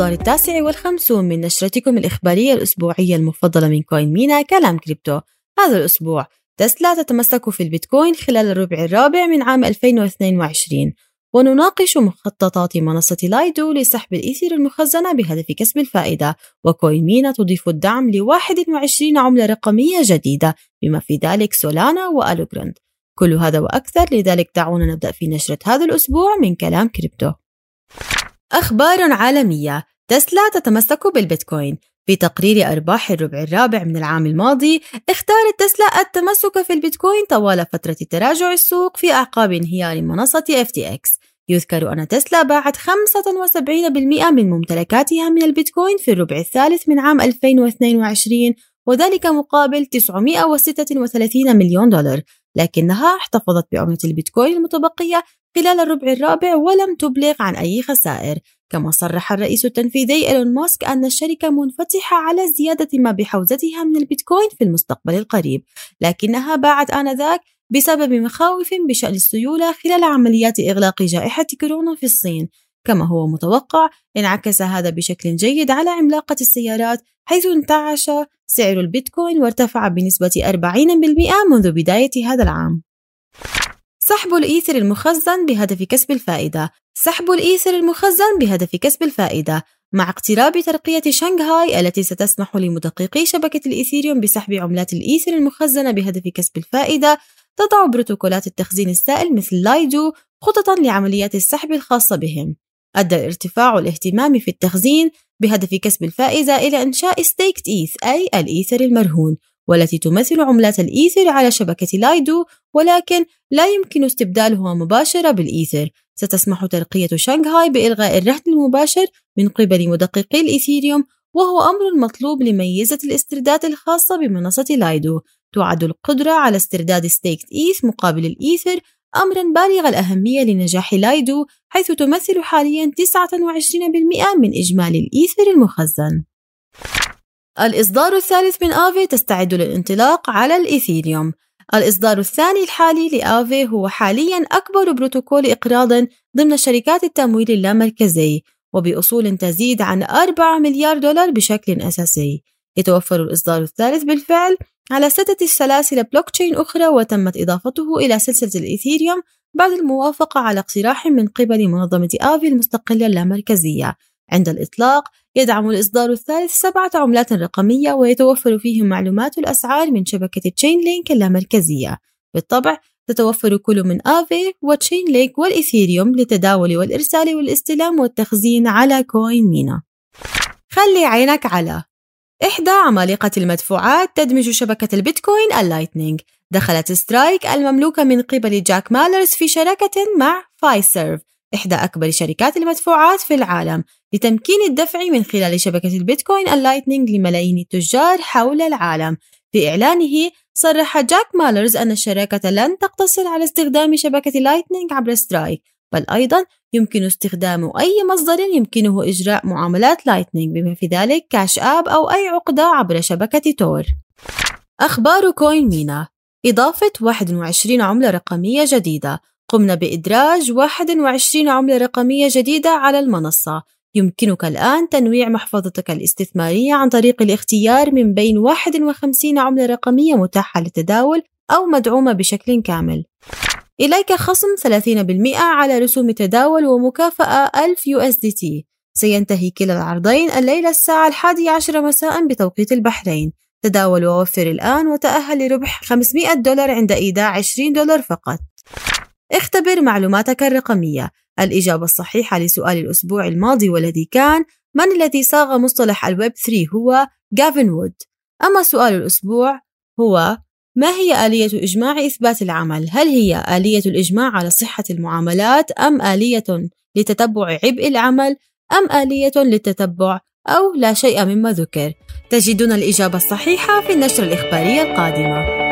الإصدار 59 من نشرتكم الإخبارية الأسبوعية المفضلة من كوين مينا كلام كريبتو. هذا الأسبوع تسلا تتمسك في البيتكوين خلال الربع الرابع من عام 2022، ونناقش مخططات منصة لايدو لسحب الإيثير المخزنة بهدف كسب الفائدة، وكوين مينا تضيف الدعم ل21 عملة رقمية جديدة بما في ذلك سولانا وألوجراند. كل هذا وأكثر، لذلك دعونا نبدأ في نشرة هذا الأسبوع من كلام كريبتو. أخبار عالمية. تسلا تتمسك بالبيتكوين. في تقرير أرباح الربع الرابع من العام الماضي، اختارت تسلا التمسك في البيتكوين طوال فترة تراجع السوق في أعقاب انهيار منصة FTX. يذكر أن تسلا باعت 75% من ممتلكاتها من البيتكوين في الربع الثالث من عام 2022، وذلك مقابل $936 مليون، لكنها احتفظت بعملة البيتكوين المتبقية خلال الربع الرابع ولم تبلغ عن أي خسائر. كما صرح الرئيس التنفيذي إيلون ماسك أن الشركة منفتحة على زيادة ما بحوزتها من البيتكوين في المستقبل القريب، لكنها باعت آنذاك بسبب مخاوف بشأن السيولة خلال عمليات إغلاق جائحة كورونا في الصين. كما هو متوقع، انعكس هذا بشكل جيد على عملاقة السيارات، حيث انتعش سعر البيتكوين وارتفع بنسبة 40% منذ بداية هذا العام. سحب الإيثر المخزن بهدف كسب الفائدة. سحب الإيثر المخزن بهدف كسب الفائدة. مع اقتراب ترقية شنغهاي التي ستسمح لمدققي شبكة الإيثيريوم بسحب عملات الإيثر المخزنة بهدف كسب الفائدة، تضع بروتوكولات التخزين السائل مثل لايدو خططاً لعمليات السحب الخاصة بهم. أدى ارتفاع الاهتمام في التخزين بهدف كسب الفائدة إلى إنشاء ستيكت إيث، أي الإيثر المرهون، والتي تمثل عملات الإيثر على شبكة لايدو، ولكن لا يمكن استبدالها مباشرة بالإيثر. ستسمح ترقية شنغهاي بإلغاء الرهن المباشر من قبل مدققي الإيثيريوم، وهو أمر مطلوب لميزة الاسترداد الخاصة بمنصة لايدو. تعد القدرة على استرداد ستيكت إيث مقابل الإيثر أمراً بالغ الأهمية لنجاح لايدو، حيث تمثل حالياً 29% من إجمالي الإيثر المخزن. الإصدار الثالث من آفي تستعد للانطلاق على الإيثيريوم. الإصدار الثاني الحالي لآفي هو حالياً أكبر بروتوكول إقراض ضمن شركات التمويل اللامركزي، وبأصول تزيد عن $4 مليار بشكل أساسي. يتوفر الإصدار الثالث بالفعل على 6 سلاسل بلوكتشين أخرى، وتمت إضافته إلى سلسلة الإيثيريوم بعد الموافقة على اقتراح من قبل منظمة آفي المستقلة اللامركزية. عند الإطلاق يدعم الإصدار الثالث 7 عملات رقمية، ويتوفر فيهم معلومات الأسعار من شبكة تشين لينك اللامركزية. بالطبع تتوفر كل من آفي وتشين لينك والإيثيريوم للتداول والإرسال والاستلام والتخزين على كوين مينا. خلي عينك على إحدى عمالقة المدفوعات تدمج شبكة البيتكوين اللايتنينج. دخلت سترايك المملوكة من قبل جاك مالرز في شراكة مع فايسيرف، إحدى أكبر شركات المدفوعات في العالم، لتمكين الدفع من خلال شبكة البيتكوين اللايتنينج لملايين التجار حول العالم. في إعلانه صرح جاك مالرز أن الشراكة لن تقتصر على استخدام شبكة لايتنينج عبر سترايك، بل أيضاً يمكن استخدام أي مصدر يمكنه إجراء معاملات لايتنينج، بما في ذلك كاش آب أو أي عقدة عبر شبكة تور. أخبار كوين مينا. إضافة 21 عملة رقمية جديدة. قمنا بإدراج 21 عملة رقمية جديدة على المنصة. يمكنك الآن تنويع محفظتك الاستثمارية عن طريق الاختيار من بين 51 عملة رقمية متاحة للتداول أو مدعومة بشكل كامل. إليك خصم 30% على رسوم التداول ومكافأة $1000. سينتهي كلا العرضين الليلة الساعة 11 مساء بتوقيت البحرين. تداول ووفر الآن وتأهل لربح $500 عند إيداع $20 فقط. اختبر معلوماتك الرقمية. الإجابة الصحيحة لسؤال الأسبوع الماضي والذي كان: من الذي صاغ مصطلح الويب 3؟ هو غافن وود. أما سؤال الأسبوع هو: ما هي آلية إجماع إثبات العمل؟ هل هي آلية الإجماع على صحة المعاملات، أم آلية لتتبع عبء العمل، أم آلية للتتبع، أو لا شيء مما ذكر؟ تجدون الإجابة الصحيحة في النشرة الإخبارية القادمة.